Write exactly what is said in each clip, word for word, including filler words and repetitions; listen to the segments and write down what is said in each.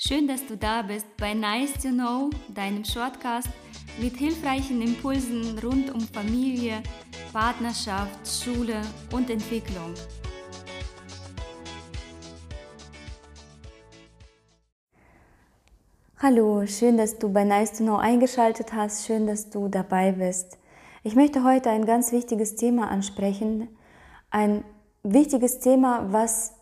Schön, dass du da bist bei Nice to Know, deinem Shortcast mit hilfreichen Impulsen rund um Familie, Partnerschaft, Schule und Entwicklung. Hallo, schön, dass du bei Nice to Know eingeschaltet hast, schön, dass du dabei bist. Ich möchte heute ein ganz wichtiges Thema ansprechen, ein wichtiges Thema, was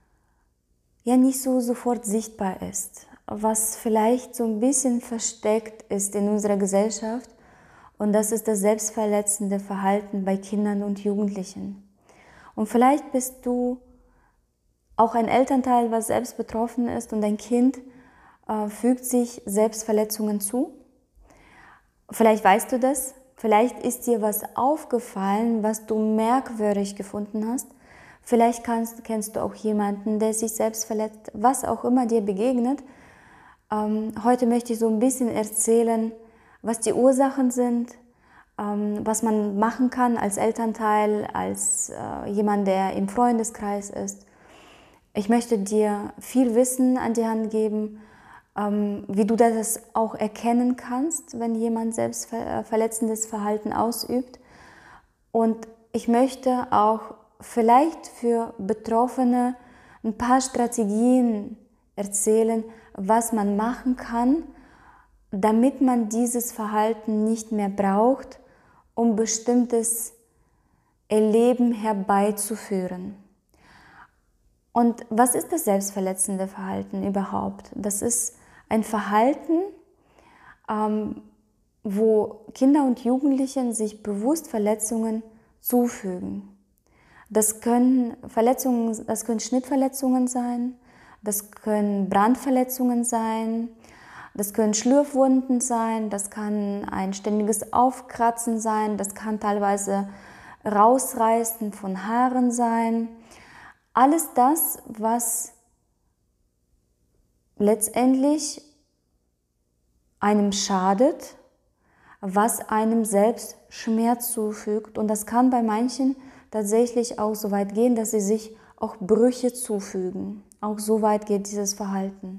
ja nicht so sofort sichtbar ist, was vielleicht so ein bisschen versteckt ist in unserer Gesellschaft, und das ist das selbstverletzende Verhalten bei Kindern und Jugendlichen. Und vielleicht bist du auch ein Elternteil, was selbst betroffen ist, und dein Kind äh, fügt sich Selbstverletzungen zu. Vielleicht weißt du das, vielleicht ist dir was aufgefallen, was du merkwürdig gefunden hast. Vielleicht kannst, kennst du auch jemanden, der sich selbst verletzt, was auch immer dir begegnet. Ähm, heute möchte ich so ein bisschen erzählen, was die Ursachen sind, ähm, was man machen kann als Elternteil, als äh, jemand, der im Freundeskreis ist. Ich möchte dir viel Wissen an die Hand geben, ähm, wie du das auch erkennen kannst, wenn jemand selbstverletzendes Verhalten ausübt. Und ich möchte auch vielleicht für Betroffene ein paar Strategien erzählen, was man machen kann, damit man dieses Verhalten nicht mehr braucht, um bestimmtes Erleben herbeizuführen. Und was ist das selbstverletzende Verhalten überhaupt? Das ist ein Verhalten, ähm, wo Kinder und Jugendliche sich bewusst Verletzungen zufügen. Das können Verletzungen, das können Schnittverletzungen sein, das können Brandverletzungen sein, das können Schlürfwunden sein, das kann ein ständiges Aufkratzen sein, das kann teilweise Rausreißen von Haaren sein. Alles das, was letztendlich einem schadet, was einem selbst Schmerz zufügt. Und das kann bei manchen tatsächlich auch so weit gehen, dass sie sich auch Brüche zufügen. Auch so weit geht dieses Verhalten.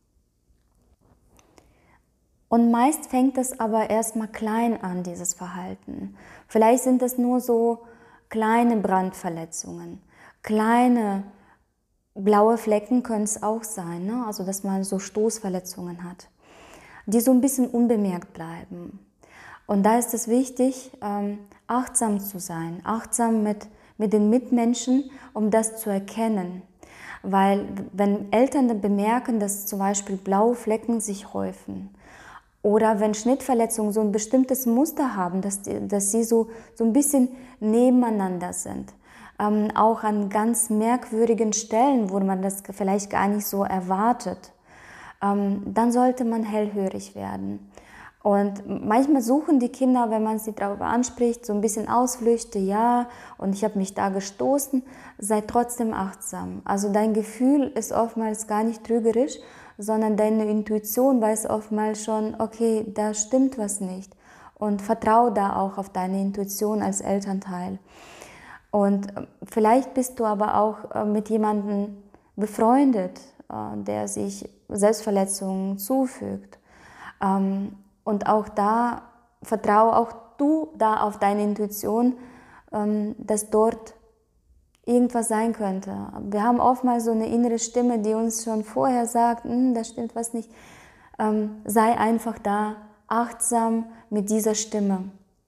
Und meist fängt es aber erstmal klein an, dieses Verhalten. Vielleicht sind es nur so kleine Brandverletzungen, kleine blaue Flecken können es auch sein, ne? Also dass man so Stoßverletzungen hat, die so ein bisschen unbemerkt bleiben. Und da ist es wichtig, ähm, achtsam zu sein, achtsam mit, mit den Mitmenschen, um das zu erkennen. Weil wenn Eltern bemerken, dass zum Beispiel blaue Flecken sich häufen oder wenn Schnittverletzungen so ein bestimmtes Muster haben, dass, die, dass sie so, so ein bisschen nebeneinander sind, ähm, auch an ganz merkwürdigen Stellen, wo man das vielleicht gar nicht so erwartet, ähm, dann sollte man hellhörig werden. Und manchmal suchen die Kinder, wenn man sie darüber anspricht, so ein bisschen Ausflüchte, ja, und ich habe mich da gestoßen, sei trotzdem achtsam. Also dein Gefühl ist oftmals gar nicht trügerisch, sondern deine Intuition weiß oftmals schon, okay, da stimmt was nicht. Und vertraue da auch auf deine Intuition als Elternteil. Und vielleicht bist du aber auch mit jemandem befreundet, der sich Selbstverletzungen zufügt. Und auch da vertraue auch du da auf deine Intuition, dass dort irgendwas sein könnte. Wir haben oftmals so eine innere Stimme, die uns schon vorher sagt, da stimmt was nicht. Sei einfach da, achtsam mit dieser Stimme.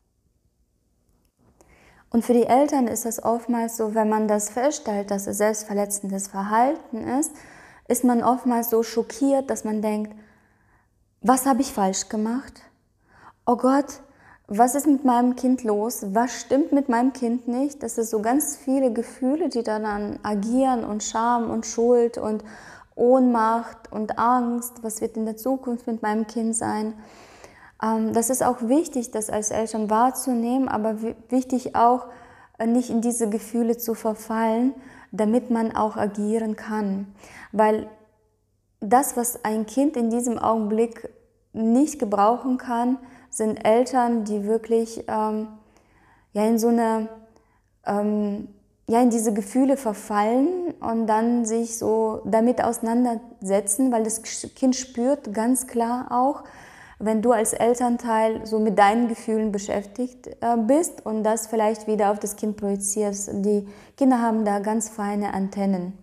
Und für die Eltern ist es oftmals so, wenn man das feststellt, dass es selbstverletzendes Verhalten ist, ist man oftmals so schockiert, dass man denkt, was habe ich falsch gemacht? Oh Gott, was ist mit meinem Kind los? Was stimmt mit meinem Kind nicht? Das sind so ganz viele Gefühle, die dann agieren, und Scham und Schuld und Ohnmacht und Angst. Was wird in der Zukunft mit meinem Kind sein? Das ist auch wichtig, das als Eltern wahrzunehmen, aber wichtig auch, nicht in diese Gefühle zu verfallen, damit man auch agieren kann. Weil das, was ein Kind in diesem Augenblick nicht gebrauchen kann, sind Eltern, die wirklich ähm, ja, in so einer ähm, ja, in diese Gefühle verfallen und dann sich so damit auseinandersetzen, weil das Kind spürt ganz klar auch, wenn du als Elternteil so mit deinen Gefühlen beschäftigt äh, bist und das vielleicht wieder auf das Kind projizierst. Die Kinder haben da ganz feine Antennen.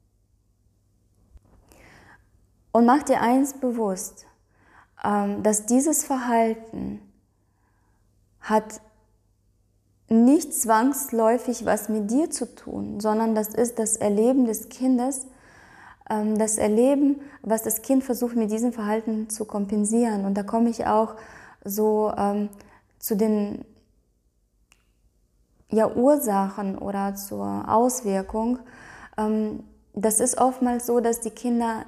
Und mach dir eins bewusst, ähm, dass dieses Verhalten hat nicht zwangsläufig was mit dir zu tun, sondern das ist das Erleben des Kindes, ähm, das Erleben, was das Kind versucht mit diesem Verhalten zu kompensieren. Und da komme ich auch so ähm, zu den ja, Ursachen oder zur Auswirkung. Ähm, das ist oftmals so, dass die Kinder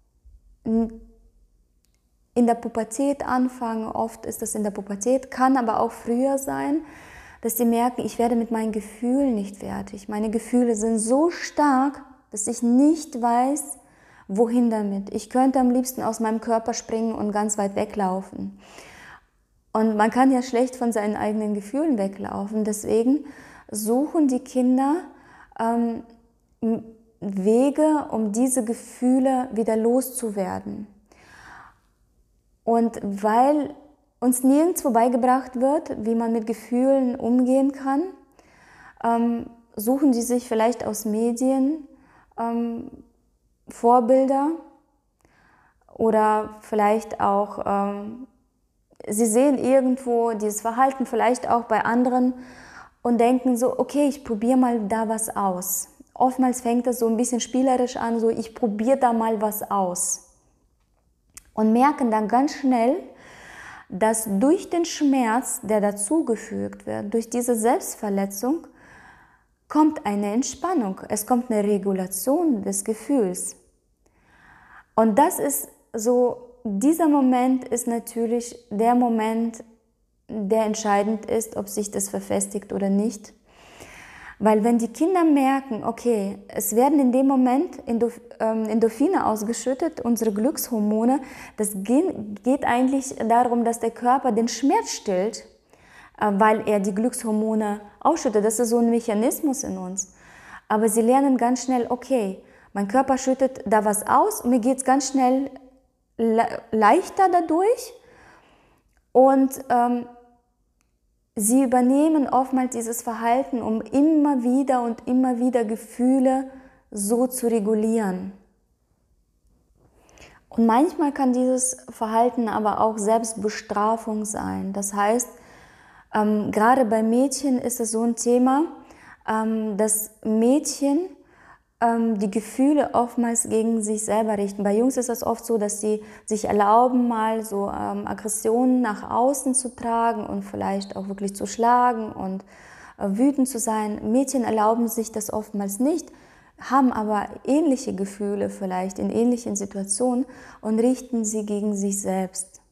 in der Pubertät anfangen, oft ist das in der Pubertät, kann aber auch früher sein, dass sie merken, ich werde mit meinen Gefühlen nicht fertig. Meine Gefühle sind so stark, dass ich nicht weiß, wohin damit. Ich könnte am liebsten aus meinem Körper springen und ganz weit weglaufen. Und man kann ja schlecht von seinen eigenen Gefühlen weglaufen. Deswegen suchen die Kinder ähm, Wege, um diese Gefühle wieder loszuwerden. Und weil uns nirgendwo beigebracht wird, wie man mit Gefühlen umgehen kann, ähm, suchen sie sich vielleicht aus Medien ähm, Vorbilder oder vielleicht auch, ähm, sie sehen irgendwo dieses Verhalten vielleicht auch bei anderen und denken so, okay, ich probiere mal da was aus. Oftmals fängt das so ein bisschen spielerisch an, so ich probiere da mal was aus. Und merken dann ganz schnell, dass durch den Schmerz, der dazugefügt wird, durch diese Selbstverletzung, kommt eine Entspannung, es kommt eine Regulation des Gefühls. Und das ist so, dieser Moment ist natürlich der Moment, der entscheidend ist, ob sich das verfestigt oder nicht. Weil wenn die Kinder merken, okay, es werden in dem Moment Endorphine ausgeschüttet, unsere Glückshormone, das geht eigentlich darum, dass der Körper den Schmerz stillt, weil er die Glückshormone ausschüttet. Das ist so ein Mechanismus in uns. Aber sie lernen ganz schnell, okay, mein Körper schüttet da was aus, mir geht es ganz schnell le leichter dadurch und ähm, sie übernehmen oftmals dieses Verhalten, um immer wieder und immer wieder Gefühle so zu regulieren. Und manchmal kann dieses Verhalten aber auch Selbstbestrafung sein. Das heißt, ähm, gerade bei Mädchen ist es so ein Thema, ähm, dass Mädchen ähm, die Gefühle oftmals gegen sich selber richten. Bei Jungs ist es oft so, dass sie sich erlauben, mal so ähm, Aggressionen nach außen zu tragen und vielleicht auch wirklich zu schlagen und äh, wütend zu sein. Mädchen erlauben sich das oftmals nicht, haben aber ähnliche Gefühle vielleicht in ähnlichen Situationen und richten sie gegen sich selbst.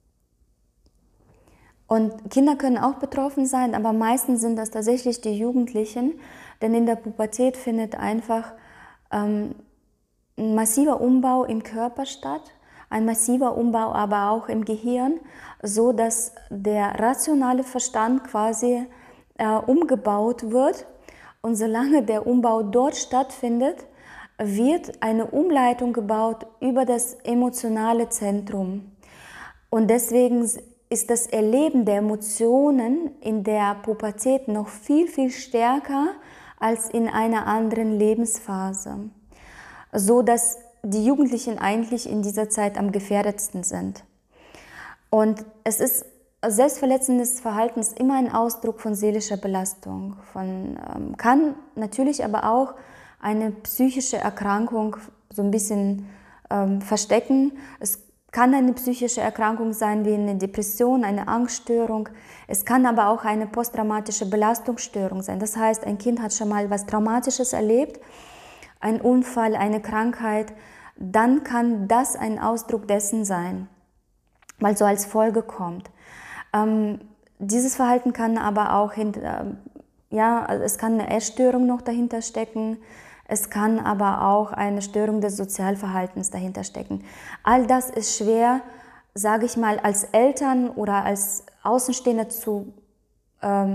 Und Kinder können auch betroffen sein, aber meistens sind das tatsächlich die Jugendlichen, denn in der Pubertät findet einfach ähm, ein massiver Umbau im Körper statt, ein massiver Umbau aber auch im Gehirn, so dass der rationale Verstand quasi äh, umgebaut wird. Und solange der Umbau dort stattfindet, wird eine Umleitung gebaut über das emotionale Zentrum. Und deswegen ist das Erleben der Emotionen in der Pubertät noch viel, viel stärker als in einer anderen Lebensphase, so dass die Jugendlichen eigentlich in dieser Zeit am gefährdetsten sind. Und es ist selbstverletzendes Verhalten ist immer ein Ausdruck von seelischer Belastung, von, ähm, kann natürlich aber auch eine psychische Erkrankung so ein bisschen ähm, verstecken. Es kann eine psychische Erkrankung sein wie eine Depression, eine Angststörung. Es kann aber auch eine posttraumatische Belastungsstörung sein. Das heißt, ein Kind hat schon mal was Traumatisches erlebt, ein Unfall, eine Krankheit, dann kann das ein Ausdruck dessen sein, weil so als Folge kommt. Ähm, dieses Verhalten kann aber auch hinter, ja, es kann eine Essstörung noch dahinter stecken. Es kann aber auch eine Störung des Sozialverhaltens dahinter stecken. All das ist schwer, sage ich mal, als Eltern oder als Außenstehender zu ähm,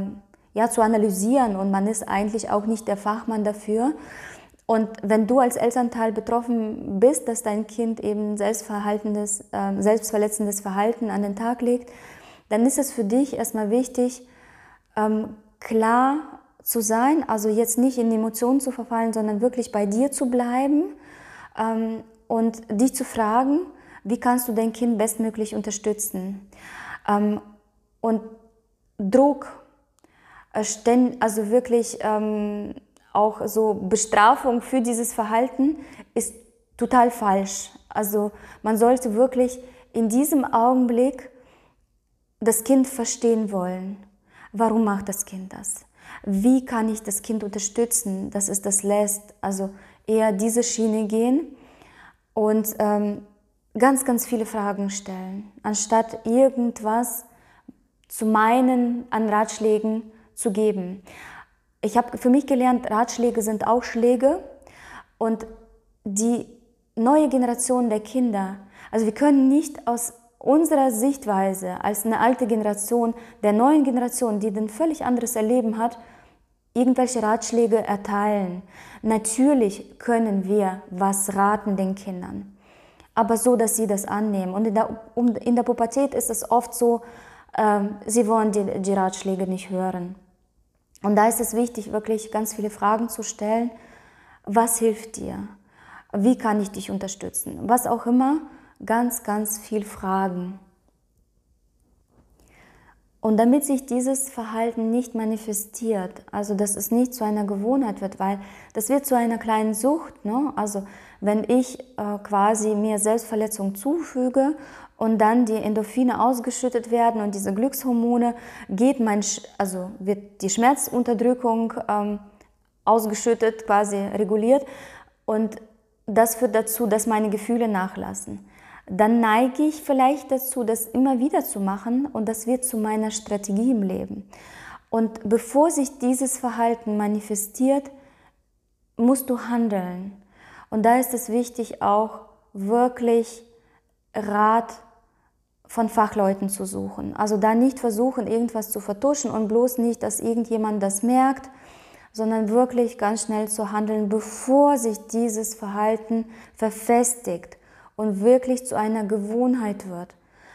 ja, zu analysieren und man ist eigentlich auch nicht der Fachmann dafür. Und wenn du als Elternteil betroffen bist, dass dein Kind eben selbstverhaltendes, äh, selbstverletzendes Verhalten an den Tag legt, dann ist es für dich erstmal wichtig, ähm, klar zu sein, also jetzt nicht in Emotionen zu verfallen, sondern wirklich bei dir zu bleiben ähm, und dich zu fragen, wie kannst du dein Kind bestmöglich unterstützen. Ähm, und Druck, äh, also wirklich ähm, auch so Bestrafung für dieses Verhalten ist total falsch. Also man sollte wirklich in diesem Augenblick das Kind verstehen wollen. Warum macht das Kind das? Wie kann ich das Kind unterstützen, dass es das lässt? Also eher diese Schiene gehen und ähm, ganz, ganz viele Fragen stellen, anstatt irgendwas zu meinen, an Ratschlägen zu geben. Ich habe für mich gelernt, Ratschläge sind auch Schläge und die neue Generation der Kinder, also wir können nicht aus unserer Sichtweise als eine alte Generation, der neuen Generation, die ein völlig anderes Erleben hat, irgendwelche Ratschläge erteilen. Natürlich können wir was raten den Kindern, aber so, dass sie das annehmen. Und in der, in der Pubertät ist es oft so, äh, sie wollen die, die Ratschläge nicht hören. Und da ist es wichtig, wirklich ganz viele Fragen zu stellen. Was hilft dir? Wie kann ich dich unterstützen? Was auch immer, ganz, ganz viel Fragen. Und damit sich dieses Verhalten nicht manifestiert, also dass es nicht zu einer Gewohnheit wird, weil das wird zu einer kleinen Sucht, ne? Also wenn ich äh, quasi mir Selbstverletzung zufüge und dann die Endorphine ausgeschüttet werden und diese Glückshormone, geht mein, also wird die Schmerzunterdrückung ähm, ausgeschüttet, quasi reguliert und das führt dazu, dass meine Gefühle nachlassen. Dann neige ich vielleicht dazu, das immer wieder zu machen und das wird zu meiner Strategie im Leben. Und bevor sich dieses Verhalten manifestiert, musst du handeln. Und da ist es wichtig, auch wirklich Rat von Fachleuten zu suchen. Also da nicht versuchen, irgendwas zu vertuschen und bloß nicht, dass irgendjemand das merkt, sondern wirklich ganz schnell zu handeln, bevor sich dieses Verhalten verfestigt und wirklich zu einer Gewohnheit wird.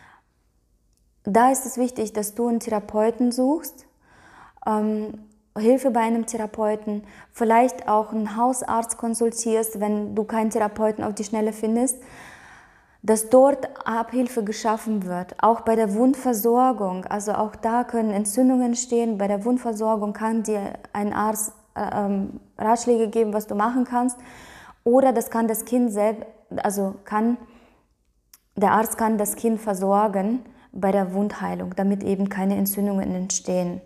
Da ist es wichtig, dass du einen Therapeuten suchst, ähm, Hilfe bei einem Therapeuten, vielleicht auch einen Hausarzt konsultierst, wenn du keinen Therapeuten auf die Schnelle findest, dass dort Abhilfe geschaffen wird, auch bei der Wundversorgung. Also auch da können Entzündungen entstehen. Bei der Wundversorgung kann dir ein Arzt äh, ähm, Ratschläge geben, was du machen kannst. Oder das kann das Kind selbst, also kann, der Arzt kann das Kind versorgen bei der Wundheilung, damit eben keine Entzündungen entstehen.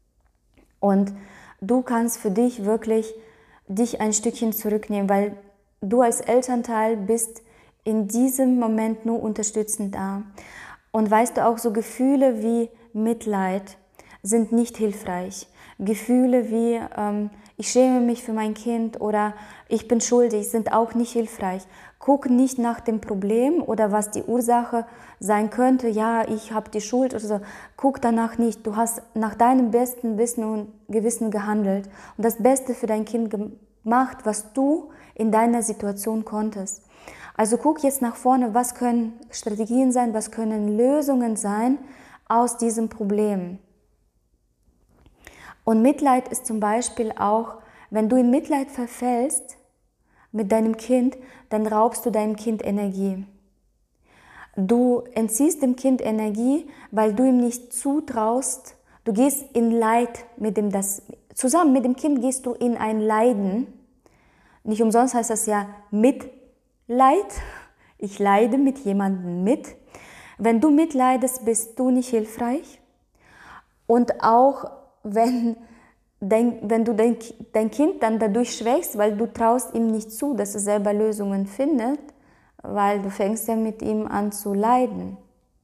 Und du kannst für dich wirklich dich ein Stückchen zurücknehmen, weil du als Elternteil bist in diesem Moment nur unterstützend da. Und weißt du auch, so Gefühle wie Mitleid sind nicht hilfreich. Gefühle wie ähm, ich schäme mich für mein Kind oder ich bin schuldig sind auch nicht hilfreich. Guck nicht nach dem Problem oder was die Ursache sein könnte. Ja, ich habe die Schuld oder so. Guck danach nicht. Du hast nach deinem besten Wissen und Gewissen gehandelt und das Beste für dein Kind gemacht, was du in deiner Situation konntest. Also guck jetzt nach vorne, was können Strategien sein, was können Lösungen sein aus diesem Problem. Und Mitleid ist zum Beispiel auch, wenn du in Mitleid verfällst mit deinem Kind, dann raubst du deinem Kind Energie. Du entziehst dem Kind Energie, weil du ihm nicht zutraust, du gehst in Leid mit dem, das, zusammen mit dem Kind gehst du in ein Leiden. Nicht umsonst heißt das ja Mitleid. Ich leide mit jemandem mit. Wenn du mitleidest, bist du nicht hilfreich. Und auch wenn, dein, wenn du dein, dein Kind dann dadurch schwächst, weil du traust ihm nicht zu, dass er selber Lösungen findet, weil du fängst ja mit ihm an zu leiden.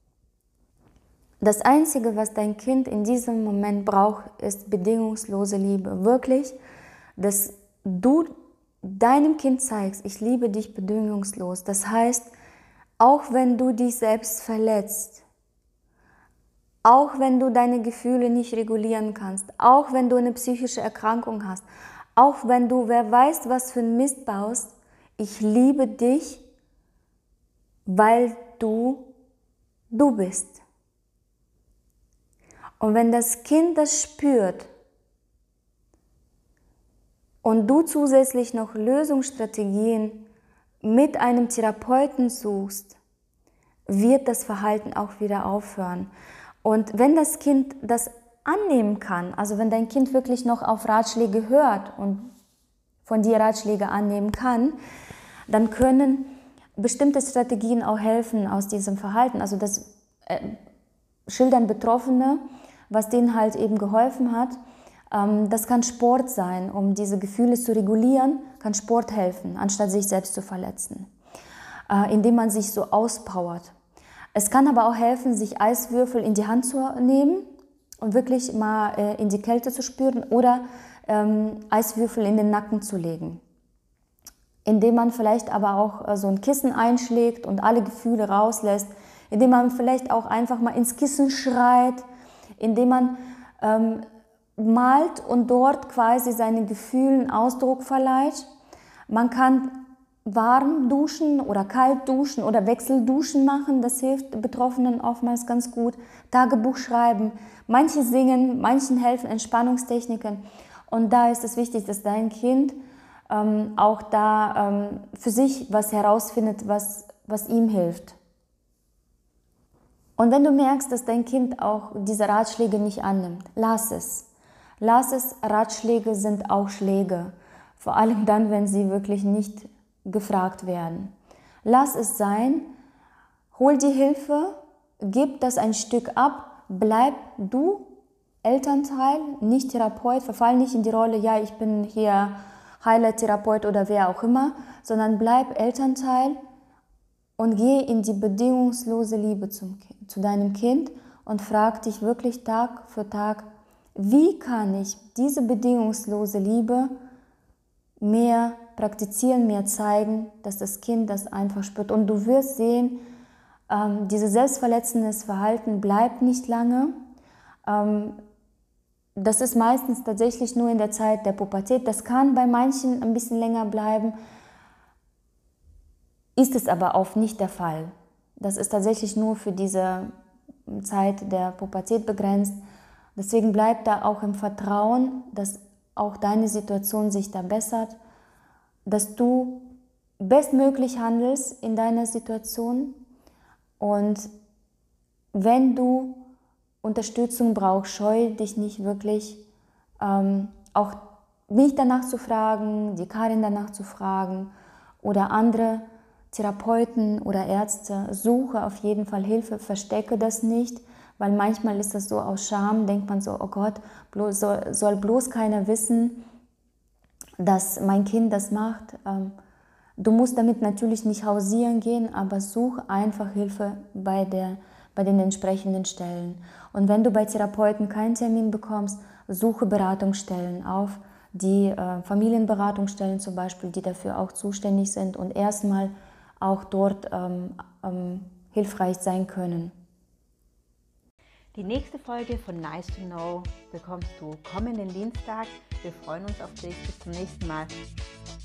Das Einzige, was dein Kind in diesem Moment braucht, ist bedingungslose Liebe. Wirklich, dass du deinem Kind zeigst, ich liebe dich bedingungslos. Das heißt, auch wenn du dich selbst verletzt, auch wenn du deine Gefühle nicht regulieren kannst, auch wenn du eine psychische Erkrankung hast, auch wenn du, wer weiß, was für ein Mist baust, ich liebe dich, weil du du bist. Und wenn das Kind das spürt und du zusätzlich noch Lösungsstrategien mit einem Therapeuten suchst, wird das Verhalten auch wieder aufhören. Und wenn das Kind das annehmen kann, also wenn dein Kind wirklich noch auf Ratschläge hört und von dir Ratschläge annehmen kann, dann können bestimmte Strategien auch helfen aus diesem Verhalten. Also das äh, schildern Betroffene, was denen halt eben geholfen hat. Ähm, das kann Sport sein, um diese Gefühle zu regulieren, kann Sport helfen, anstatt sich selbst zu verletzen, äh, indem man sich so auspowert. Es kann aber auch helfen, sich Eiswürfel in die Hand zu nehmen und wirklich mal äh, in die Kälte zu spüren oder ähm, Eiswürfel in den Nacken zu legen. Indem man vielleicht aber auch äh, so ein Kissen einschlägt und alle Gefühle rauslässt, indem man vielleicht auch einfach mal ins Kissen schreit, indem man ähm, malt und dort quasi seinen Gefühlen Ausdruck verleiht. Man kann warm duschen oder kalt duschen oder Wechselduschen machen, das hilft Betroffenen oftmals ganz gut. Tagebuch schreiben, manche singen, manchen helfen Entspannungstechniken. Und da ist es wichtig, dass dein Kind ähm, auch da ähm, für sich was herausfindet, was, was ihm hilft. Und wenn du merkst, dass dein Kind auch diese Ratschläge nicht annimmt, lass es. Lass es, Ratschläge sind auch Schläge. Vor allem dann, wenn sie wirklich nicht gefragt werden. Lass es sein, hol die Hilfe, gib das ein Stück ab, bleib du Elternteil, nicht Therapeut, verfall nicht in die Rolle, ja, ich bin hier Heiler, Therapeut oder wer auch immer, sondern bleib Elternteil und geh in die bedingungslose Liebe zum, zu deinem Kind und frag dich wirklich Tag für Tag, wie kann ich diese bedingungslose Liebe mehr praktizieren, mehr zeigen, dass das Kind das einfach spürt. Und du wirst sehen, ähm, dieses selbstverletzendes Verhalten bleibt nicht lange. Ähm, das ist meistens tatsächlich nur in der Zeit der Pubertät. Das kann bei manchen ein bisschen länger bleiben, ist es aber oft nicht der Fall. Das ist tatsächlich nur für diese Zeit der Pubertät begrenzt. Deswegen bleib da auch im Vertrauen, dass auch deine Situation sich da bessert, dass du bestmöglich handelst in deiner Situation und wenn du Unterstützung brauchst, scheue dich nicht wirklich, ähm, auch mich danach zu fragen, die Karin danach zu fragen oder andere Therapeuten oder Ärzte. Suche auf jeden Fall Hilfe, verstecke das nicht, weil manchmal ist das so aus Scham, denkt man so, oh Gott, bloß, soll, soll bloß keiner wissen, dass mein Kind das macht. Du musst damit natürlich nicht hausieren gehen, aber such einfach Hilfe bei, der, bei den entsprechenden Stellen. Und wenn du bei Therapeuten keinen Termin bekommst, suche Beratungsstellen auf, die äh, Familienberatungsstellen zum Beispiel, die dafür auch zuständig sind und erstmal auch dort ähm, ähm, hilfreich sein können. Die nächste Folge von Nice to Know bekommst du kommenden Dienstag. Wir freuen uns auf dich. Bis zum nächsten Mal.